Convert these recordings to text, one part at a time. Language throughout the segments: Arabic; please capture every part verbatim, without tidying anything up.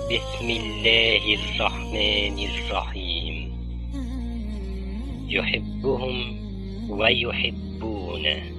بسم الله الرحمن الرحيم. يحبهم ويحبونه.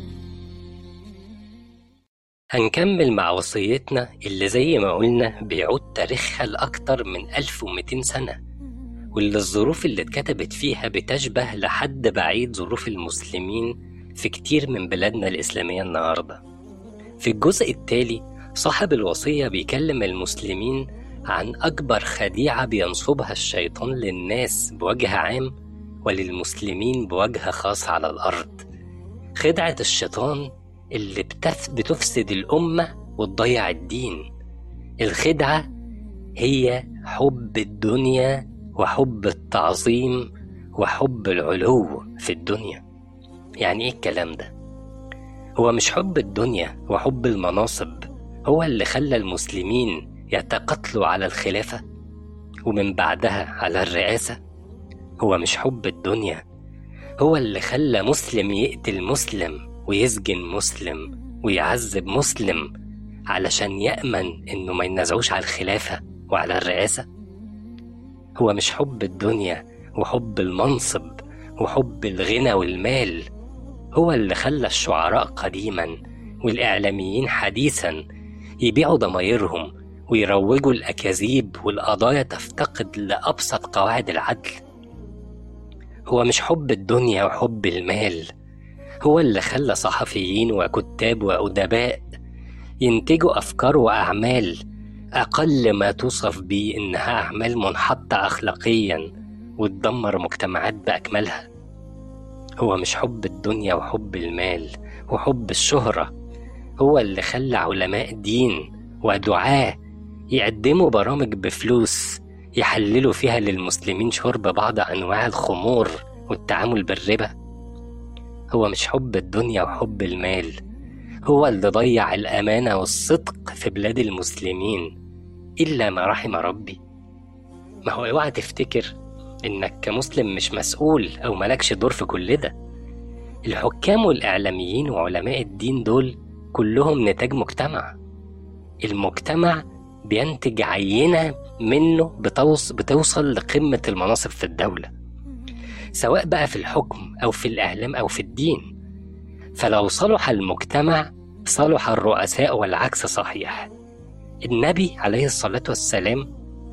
هنكمل مع وصيتنا اللي زي ما قلنا بيعود تاريخها لأكتر من ألف ومئتين سنة، واللي الظروف اللي اتكتبت فيها بتشبه لحد بعيد ظروف المسلمين في كتير من بلادنا الإسلامية النهاردة. في الجزء التالي صاحب الوصية بيكلم المسلمين عن أكبر خديعة بينصبها الشيطان للناس بوجه عام وللمسلمين بوجه خاص على الأرض. خدعة الشيطان اللي بتف... بتفسد الأمة وتضيع الدين. الخدعة هي حب الدنيا وحب التعظيم وحب العلو في الدنيا. يعني إيه الكلام ده؟ هو مش حب الدنيا وحب المناصب هو اللي خلى المسلمين يتقاتلوا على الخلافة ومن بعدها على الرئاسة؟ هو مش حب الدنيا هو اللي خلى مسلم يقتل مسلم ويسجن مسلم ويعذب مسلم علشان يأمن إنه ما ينازعوش على الخلافة وعلى الرئاسة؟ هو مش حب الدنيا وحب المنصب وحب الغنى والمال هو اللي خلى الشعراء قديما والإعلاميين حديثا يبيعوا ضمايرهم ويروجوا الأكاذيب والقضايا تفتقد لأبسط قواعد العدل؟ هو مش حب الدنيا وحب المال هو اللي خلى صحفيين وكتاب وأدباء ينتجوا أفكار وأعمال أقل ما توصف بيه إنها أعمال منحطة أخلاقيا وتدمر مجتمعات بأكملها؟ هو مش حب الدنيا وحب المال وحب الشهرة هو اللي خلى علماء دين ودعاة يقدموا برامج بفلوس يحللوا فيها للمسلمين شرب بعض أنواع الخمور والتعامل بالربا؟ هو مش حب الدنيا وحب المال هو اللي ضيع الأمانة والصدق في بلاد المسلمين إلا ما رحم ربي؟ ما هو اوعى تفتكر إنك كمسلم مش مسؤول أو ملكش دور في كل ده. الحكام والإعلاميين وعلماء الدين دول كلهم نتاج مجتمع. المجتمع بينتج عينة منه بتوص بتوصل لقمة المناصب في الدولة، سواء بقى في الحكم أو في الإعلام أو في الدين. فلو صلح المجتمع صلح الرؤساء والعكس صحيح. النبي عليه الصلاة والسلام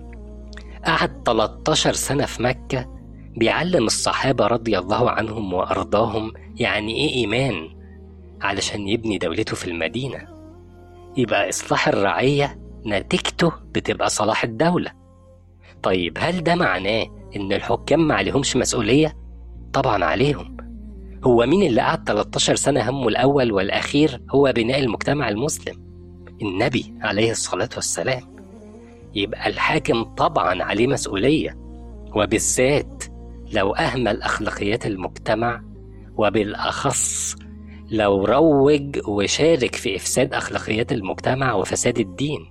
قعد ثلاثة عشر سنة في مكة بيعلم الصحابة رضي الله عنهم وأرضاهم يعني إيه إيمان علشان يبني دولته في المدينة. يبقى إصلاح الرعية نتيجته بتبقى صلاح الدولة. طيب هل ده معناه إن الحكام ما عليهمش مسؤولية؟ طبعا عليهم. هو مين اللي قعد ثلاثة عشر سنة همه الأول والأخير هو بناء المجتمع المسلم؟ النبي عليه الصلاة والسلام. يبقى الحاكم طبعا عليه مسؤولية، وبالذات لو أهمل أخلاقيات المجتمع، وبالأخص لو روج وشارك في إفساد أخلاقيات المجتمع وفساد الدين.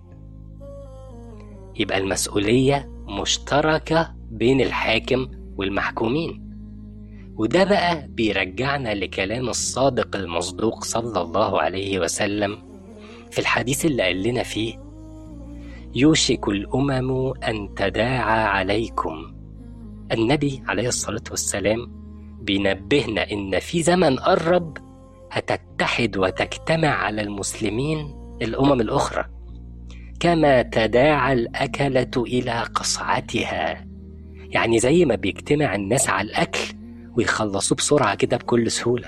يبقى المسؤولية مشتركة بين الحاكم والمحكومين. وده بقى بيرجعنا لكلام الصادق المصدوق صلى الله عليه وسلم في الحديث اللي قال لنا فيه: يوشك الأمم أن تداعى عليكم. النبي عليه الصلاة والسلام بينبهنا إن في زمن قرب هتتحد وتجتمع على المسلمين الأمم الأخرى كما تداعى الأكلة إلى قصعتها. يعني زي ما بيجتمع الناس على الأكل ويخلصوا بسرعة كده بكل سهولة.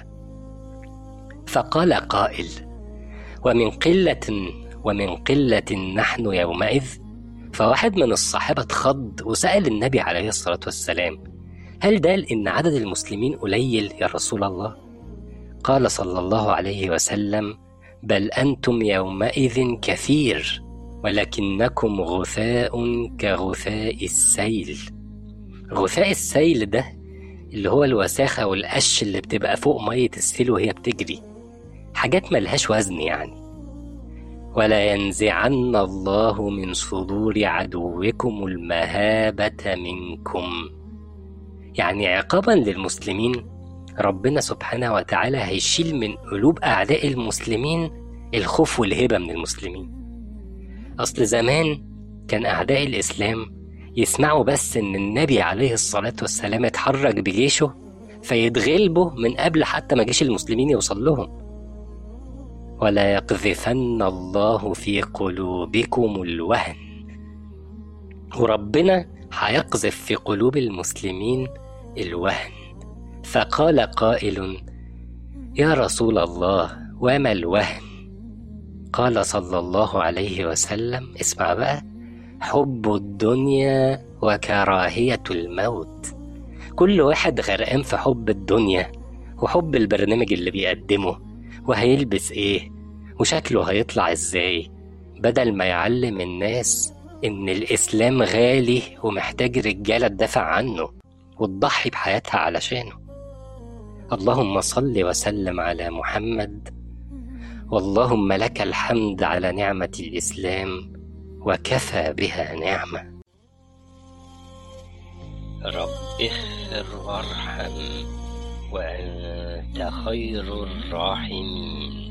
فقال قائل: ومن قلة ومن قلة نحن يومئذ. فواحد من الصحابة اتخض وسأل النبي عليه الصلاة والسلام: هل ده إن عدد المسلمين قليل يا رسول الله؟ قال صلى الله عليه وسلم: بل أنتم يومئذ كثير ولكنكم غثاء كغثاء السيل. غثاء السيل ده اللي هو الوساخة والقش اللي بتبقى فوق مية السيل وهي بتجري، حاجات ملهاش وزن يعني. ولا ينزعن الله من صدور عدوكم المهابة منكم. يعني عقابا للمسلمين ربنا سبحانه وتعالى هيشيل من قلوب أعداء المسلمين الخوف والهبة من المسلمين. أصل زمان كان أعداء الإسلام يسمعوا بس إن النبي عليه الصلاة والسلام اتحرك بجيشه فيتغلبوا من قبل حتى ما جيش المسلمين يوصل لهم. ولا يقذفن الله في قلوبكم الوهن، وربنا هيقذف في قلوب المسلمين الوهن. فقال قائل: يا رسول الله وما الوهن؟ قال صلى الله عليه وسلم، اسمع بقى: حب الدنيا وكراهية الموت. كل واحد غرقان في حب الدنيا وحب البرنامج اللي بيقدمه، وهيلبس ايه وشكله هيطلع ازاي، بدل ما يعلم الناس ان الاسلام غالي ومحتاج رجالة تدافع عنه وتضحي بحياتها علشانه. اللهم صل وسلم على محمد، واللهم لك الحمد على نعمة الإسلام وكفى بها نعمة. رب اغفر وارحم وأنت خير الراحمين.